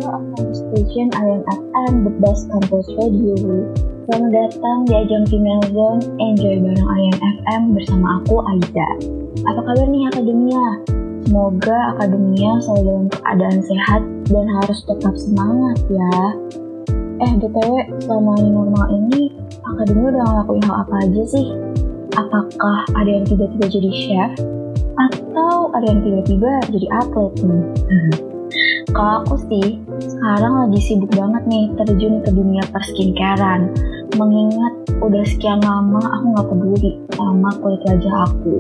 Aku Station IMFM, the best campus radio. Selamat datang di ajang Female Zone, enjoy bareng IMFM bersama aku, Aida. Apa kabar nih Akademia? Semoga Akademia selalu dalam keadaan sehat dan harus tetap semangat ya. BTW, selama ini normal ini, Akademia udah ngelakuin hal apa aja sih? Apakah ada yang tiba-tiba jadi chef? Atau ada yang tiba-tiba jadi atlet nih? Kalau aku sih, sekarang lagi sibuk banget nih terjun ke dunia perskincarean. Mengingat udah sekian lama aku gak peduli sama kulit wajah aku.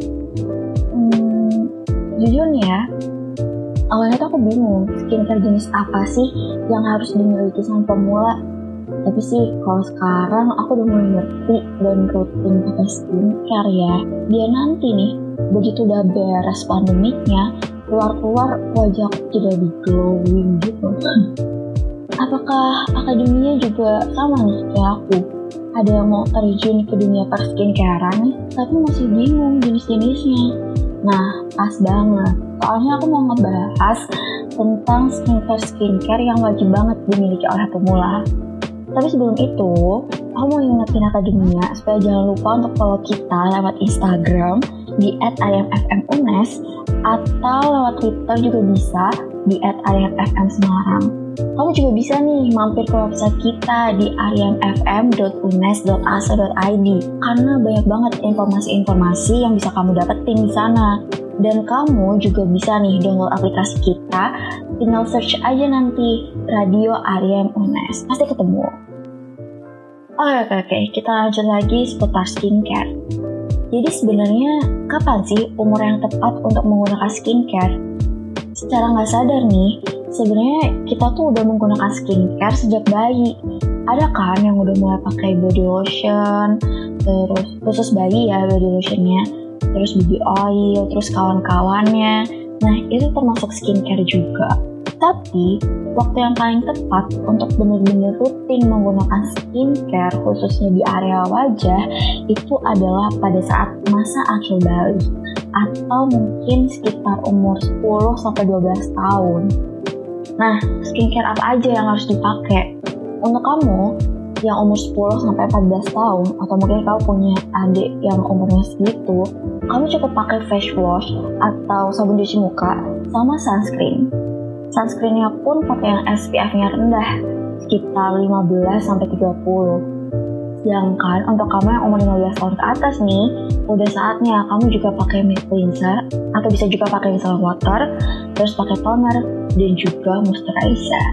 Jujur nih ya, awalnya tuh aku bingung skincare jenis apa sih yang harus dimiliki sama pemula. Tapi sih kalau sekarang aku udah mulai ngerti dan rutin pakai skincare ya. Biar nanti nih, begitu udah beres pandemiknya, keluar wajah aku jadi lebih glowing gitu. Apakah Akademia juga sama nih kayak aku? Ada yang mau terjun ke dunia perskincarean nih, tapi masih bingung jenis-jenisnya. Nah, pas banget. Soalnya aku mau ngebahas tentang skincare yang wajib banget dimiliki oleh pemula. Tapi sebelum itu, aku mau ingetin Akademia supaya jangan lupa untuk follow kita lewat Instagram di @imfmunes atau lewat Twitter juga bisa di @imfmsemarang. Kamu juga bisa nih mampir ke website kita di imfm.unes.ac.id karena banyak banget informasi-informasi yang bisa kamu dapetin di sana. Dan kamu juga bisa nih download aplikasi kita, tinggal search aja nanti Radio IM UNES, pasti ketemu. Oke, kita lanjut lagi seputar skincare. Jadi sebenarnya kapan sih umur yang tepat untuk menggunakan skincare? Secara nggak sadar nih, sebenarnya kita tuh udah menggunakan skincare sejak bayi. Ada kan yang udah mulai pakai body lotion, terus khusus bayi ya body lotionnya, terus baby oil, terus kawan-kawannya. Nah, itu termasuk skincare juga. Tapi, waktu yang paling tepat untuk benar-benar rutin menggunakan skincare, khususnya di area wajah, itu adalah pada saat masa akhir balik, atau mungkin sekitar umur 10-12 tahun. Nah, skincare apa aja yang harus dipakai? Untuk kamu yang umur 10-14 tahun, atau mungkin kamu punya adik yang umurnya segitu, kamu cukup pakai face wash atau sabun cuci muka sama sunscreen. Sunscreennya pun pakai yang SPF-nya rendah, sekitar 15-30. Sedangkan untuk kamu yang umur 15 tahun ke atas nih, udah saatnya kamu juga pakai mist cleanser, atau bisa juga pakai micellar water, terus pakai toner, dan juga moisturizer.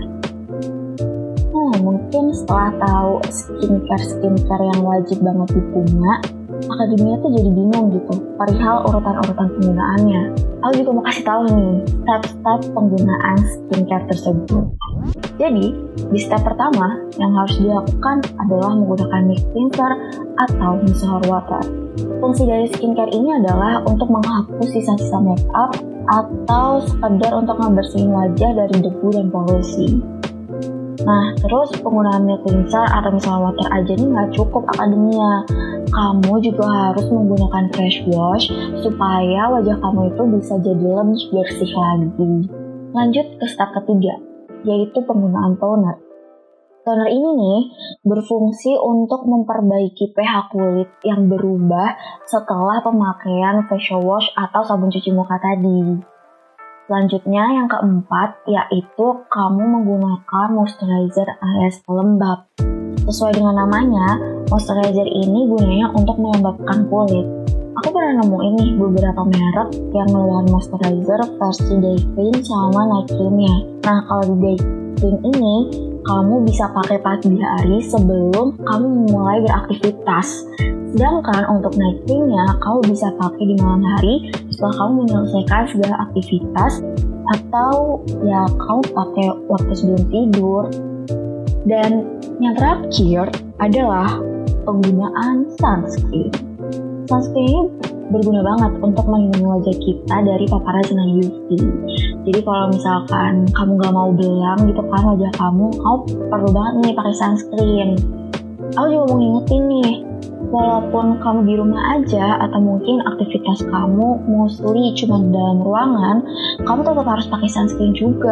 Mungkin setelah tahu skincare yang wajib banget dipunya, Akademia tuh jadi bingung gitu perihal urutan-urutan penggunaannya. Aku juga mau kasih tahu nih step-step penggunaan skincare tersebut. Jadi, di step pertama yang harus dilakukan adalah menggunakan mist cleanser atau micellar water. Fungsi dari skincare ini adalah untuk menghapus sisa-sisa makeup atau sekedar untuk membersihin wajah dari debu dan polusi. Nah, terus penggunaan mist cleanser atau micellar water aja nih nggak cukup Akademia. Kamu juga harus menggunakan face wash supaya wajah kamu itu bisa jadi lebih bersih lagi. Lanjut ke step ketiga, yaitu penggunaan toner. Toner ini nih berfungsi untuk memperbaiki pH kulit yang berubah setelah pemakaian facial wash atau sabun cuci muka tadi. Selanjutnya yang keempat, yaitu kamu menggunakan moisturizer alias pelembab. Sesuai dengan namanya, moisturizer ini gunanya untuk melembabkan kulit. Aku pernah nemu ini beberapa merek yang ngeluarin moisturizer versi day cream sama night creamnya. Nah, kalau di day cream ini, kamu bisa pakai pagi hari sebelum kamu mulai beraktivitas. Sedangkan untuk night creamnya, kamu bisa pakai di malam hari setelah kamu menyelesaikan segala aktivitas, atau ya kamu pakai waktu sebelum tidur. Dan yang terakhir adalah penggunaan sunscreen. Sunscreen ini berguna banget untuk melindungi wajah kita dari paparan sinar UV. Jadi kalau misalkan kamu gak mau belang gitu kan wajah kamu perlu banget nih pakai sunscreen. Aku juga mau ngingetin nih, walaupun kamu di rumah aja atau mungkin aktivitas kamu mostly cuma di dalam ruangan, kamu tetap harus pakai sunscreen juga.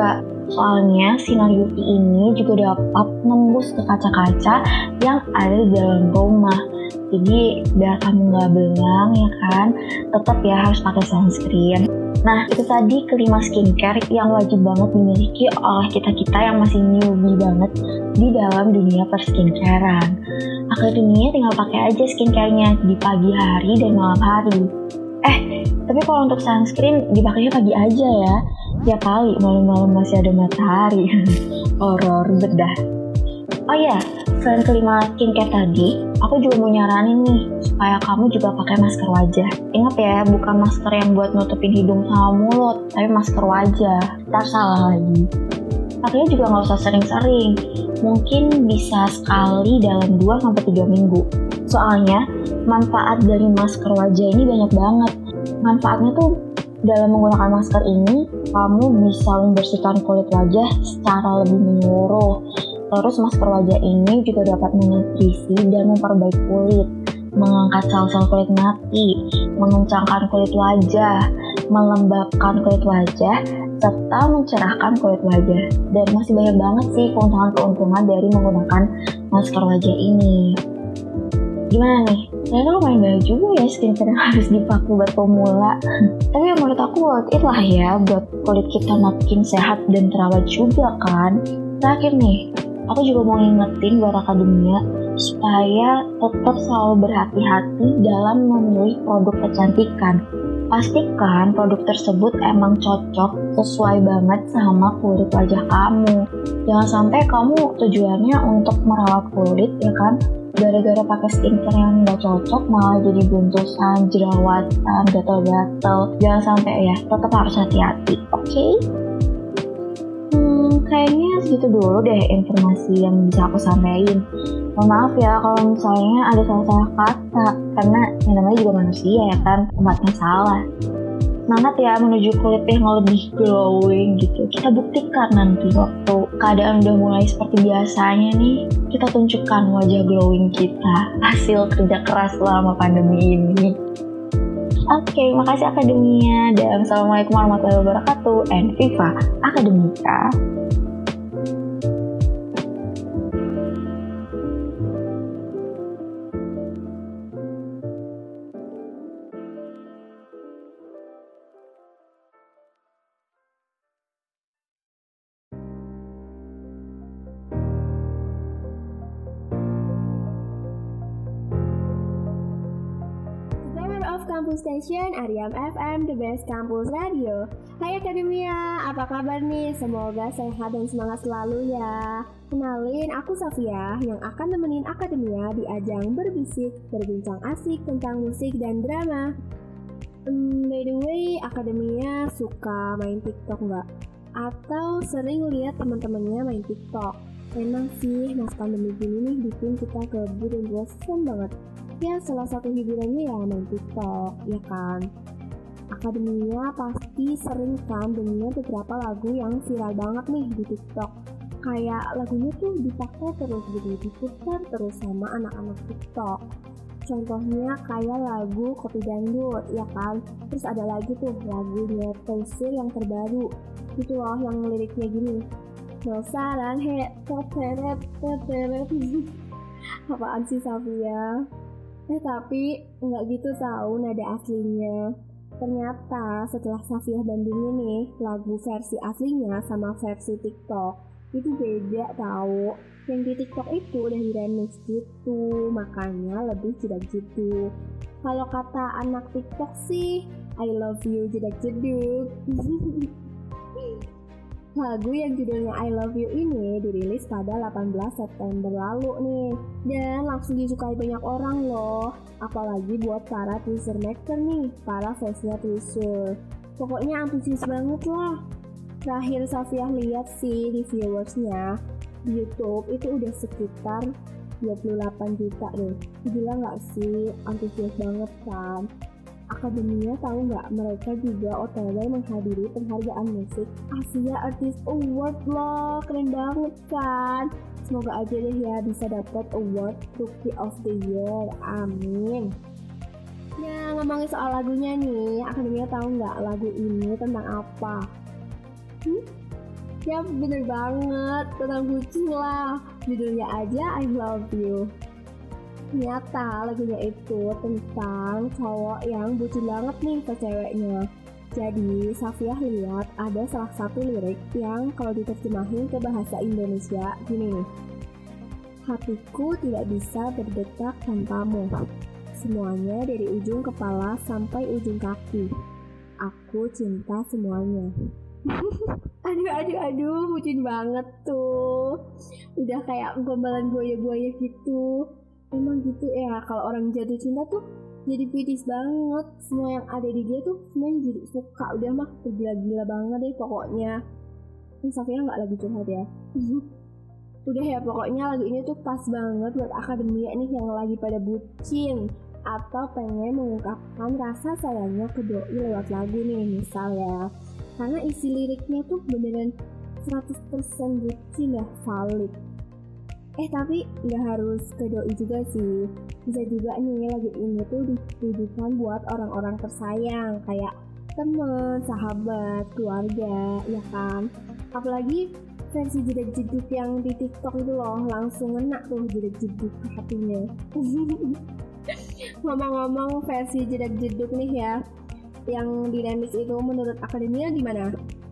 Soalnya sinar UV ini juga dapat nembus ke kaca-kaca yang ada di dalam rumah. Jadi biar kamu nggak belang ya kan, tetap ya harus pakai sunscreen. Nah itu tadi kelima skincare yang wajib banget dimiliki oleh kita-kita yang masih newbie banget di dalam dunia perskincarean. Akademia tinggal pakai aja skincare-nya di pagi hari dan malam hari. Tapi kalau untuk sunscreen dipakainya pagi aja ya. Ya kali malam-malam masih ada matahari. Horor bedah. Oh iya, selain kelima skincare tadi, aku juga mau nyaranin nih supaya kamu juga pakai masker wajah. Ingat ya, bukan masker yang buat nutupin hidung sama mulut, tapi masker wajah. Ntar salah lagi. Pakainya juga nggak usah sering-sering. Mungkin bisa sekali dalam 2-3 minggu. Soalnya manfaat dari masker wajah ini banyak banget. Manfaatnya tuh dalam menggunakan masker ini, kamu bisa membersihkan kulit wajah secara lebih menyeluruh. Terus masker wajah ini juga dapat menutrisi dan memperbaiki kulit, mengangkat sel-sel kulit mati, mengencangkan kulit wajah, melembabkan kulit wajah, serta mencerahkan kulit wajah. Dan masih banyak banget sih keuntungan-keuntungan dari menggunakan masker wajah ini. Gimana nih? Kayaknya lumayan banyak juga ya skincare yang harus dipakai buat pemula. Tapi menurut aku worth it lah ya buat kulit kita makin sehat dan terawat juga kan. Terakhir nih, aku juga mau ngingetin buat akademia supaya tetap selalu berhati-hati dalam memilih produk kecantikan. Pastikan produk tersebut emang cocok sesuai banget sama kulit wajah kamu. Jangan sampai kamu tujuannya untuk merawat kulit ya kan, gara-gara pakai skincare yang nggak cocok malah jadi buntusan, jerawatan, gatal-gatal. Jangan sampai ya, tetap harus hati-hati, oke? Kayaknya segitu dulu deh informasi yang bisa aku sampaikan. Mohon maaf ya kalau misalnya ada salah-salah kata, karena yang namanya juga manusia ya kan, tempatnya salah. Semangat ya menuju kulit yang lebih glowing gitu. Kita buktikan nanti waktu keadaan udah mulai seperti biasanya nih, kita tunjukkan wajah glowing kita, hasil kerja keras selama pandemi ini. Oke, makasih Akademia, dan Assalamualaikum warahmatullahi wabarakatuh, and Viva Akademika. Kampus Station, Ariam FM, The Best Campus Radio. Hai Akademia, apa kabar nih? Semoga sehat dan semangat selalu ya. Kenalin, aku Safia yang akan nemenin Akademia di ajang berbisik, berbincang asik tentang musik dan drama. By the way, Akademia suka main TikTok nggak? Atau sering lihat teman-temannya main TikTok? Memang sih, mas pandemi gini nih bikin kita gabut dan bosan banget. Ya salah satu hiburannya ya main TikTok, ya kan? Akademia pasti sering kan dengar beberapa lagu yang viral banget nih di TikTok. Kayak lagunya tuh dipakai terus gitu, diputar terus sama anak-anak TikTok. Contohnya kayak lagu Kopi Dangdut, ya kan? Terus ada lagi tuh lagunya Taysir yang terbaru. Itu loh yang liriknya gini. Penasaran teret. Apaan sih Safia? Tapi nggak gitu tahu nada aslinya. Ternyata setelah Safia bandingin nih lagu versi aslinya sama versi TikTok, itu beda tahu. Yang di TikTok itu udah diremix gitu, makanya lebih jedak-jeduk. Kalau kata anak TikTok sih, I love you jedak-jeduk. Lagu yang judulnya I Love You ini dirilis pada 18 September lalu nih, dan langsung disukai banyak orang loh, apalagi buat para teaser maker nih, para fansnya teaser. Pokoknya antusias banget lah. Terakhir Safia lihat sih di viewersnya di YouTube itu udah sekitar 28 juta deh. Gila gak sih, antusias banget kan? Akademia tahu nggak mereka juga OTW menghadiri penghargaan musik Asia Artist Award loh, keren banget kan? Semoga aja deh ya bisa dapat award Rookie of the Year, amin. Nah ngomongin soal lagunya nih, Akademia tahu nggak lagu ini tentang apa? Ya bener banget, tentang bucin lah. Judulnya aja I Love You. Ternyata lagunya itu tentang cowok yang bucin banget nih ke ceweknya. Jadi Safiah lihat ada salah satu lirik yang kalau diterjemahin ke bahasa Indonesia gini nih. Hatiku tidak bisa berdetak tanpamu. Semuanya dari ujung kepala sampai ujung kaki. Aku cinta semuanya. Aduh, bucin banget tuh. Udah kayak gombalan buaya-buaya gitu. Emang gitu ya, kalau orang jatuh cinta tuh jadi puitis banget. Semua yang ada di dia tuh semuanya jadi suka. Udah mah tergila-gila banget deh pokoknya. Ini Safia gak lagi curhat ya. Udah ya, pokoknya lagu ini tuh pas banget buat akademia nih yang lagi pada bucin atau pengen mengungkapkan rasa sayangnya ke doi lewat lagu nih misal ya. Karena isi liriknya tuh beneran 100% bucin ya, valid. Tapi gak harus ke doi juga sih. Bisa juga nih lagu ini tuh ditujukan buat orang-orang tersayang kayak teman, sahabat, keluarga, ya kan. Apalagi versi jeduk-jeduk yang di TikTok itu loh, langsung ngena tuh jeduk-jeduk ke hatinya. Ngomong-ngomong versi jeduk-jeduk nih ya, yang di remix itu menurut akademia gimana?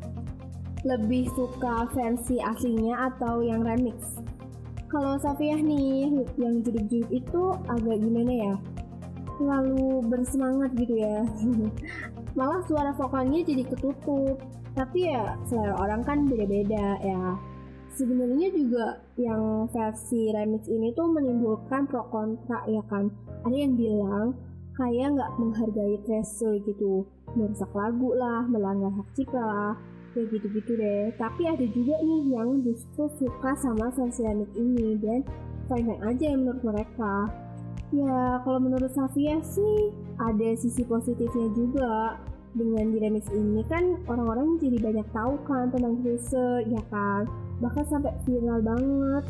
Lebih suka versi aslinya atau yang remix? Kalau Safiah nih, yang jeduk-jeduk itu agak gimana ya? Terlalu bersemangat gitu ya. Malah suara vokalnya jadi ketutup. Tapi ya selera orang kan beda-beda ya. Sebenarnya juga yang versi remix ini tuh menimbulkan pro kontra ya kan. Ada yang bilang kayak nggak menghargai Treasure gitu, merusak lagu lah, melanggar hak cipta lah, kayak gitu-gitu deh. Tapi ada juga nih yang justru suka sama versi remix ini dan fine-fine aja menurut mereka. Ya kalau menurut Safiah sih ada sisi positifnya juga. Dengan di remix ini kan orang-orang jadi banyak tahu kan tentang Treasure ya kan, bahkan sampai viral banget.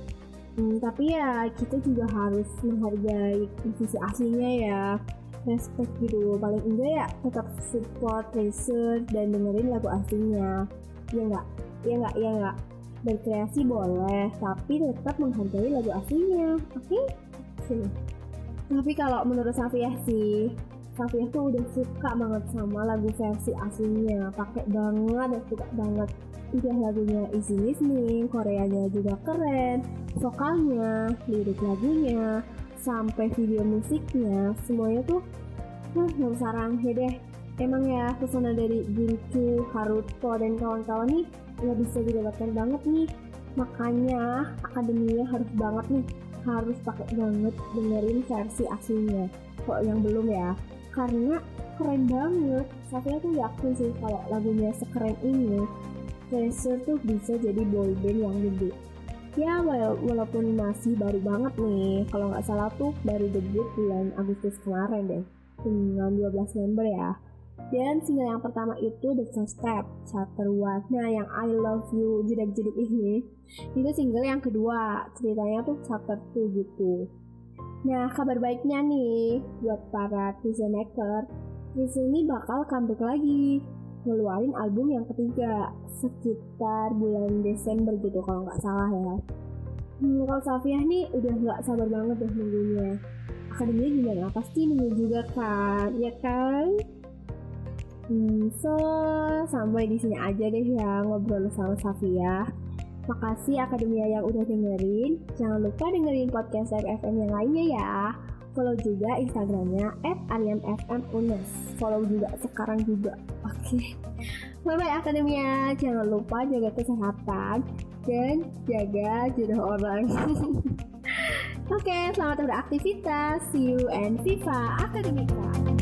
Tapi ya kita juga harus menghargai sisi aslinya ya, respect gitu. Paling enggak ya tetap support Treasure dan dengerin lagu aslinya. Ya enggak. Berkreasi boleh, tapi tetap menghargai lagu aslinya. Oke? Sini. Tapi kalau menurut Safiah sih, Safiah tuh udah suka banget sama lagu versi aslinya, pakai banget, suka banget. Udah lagunya easy listening, Koreanya juga keren, vokalnya, lirik lagunya, sampai video musiknya, semuanya tuh yang sarang ya deh. Emang ya pesona dari Jungkook, Haruto dan kawan-kawan nih nggak bisa didapatkan banget nih. Makanya akademia harus pakai banget dengerin versi aslinya. Kok yang belum ya? Karena keren banget. Safiah tuh yakin sih kalau lagunya sekeren ini, Treasure tuh bisa jadi boyband yang gede. Ya walaupun masih baru banget nih, kalau nggak salah tuh baru debut bulan Agustus kemarin deh, dengan 12 member ya. Dan single yang pertama itu The First Step, Chapter 1. Nah yang I Love You jeduk-jeduk ini, itu single yang kedua, ceritanya tuh Chapter 2 gitu. Nah kabar baiknya nih buat para Treasure maker, Treasure ini bakal comeback lagi, ngeluarin album yang ketiga sekitar bulan Desember gitu kalau nggak salah ya. Kalau Safiah nih udah nggak sabar banget deh nunggunya. Akademia gimana? Pasti nunggu juga kan, ya kan? So sampai di sini aja deh ya ngobrol sama Safiah. Makasih Akademia yang udah dengerin. Jangan lupa dengerin podcast FM yang lainnya ya. Follow juga Instagramnya @ariamfmunes. Follow juga sekarang juga. Oke. Bye-bye Akademia. Jangan lupa jaga kesehatan dan jaga jodoh orang. Oke, selamat beraktivitas. See you and Viva Akademika.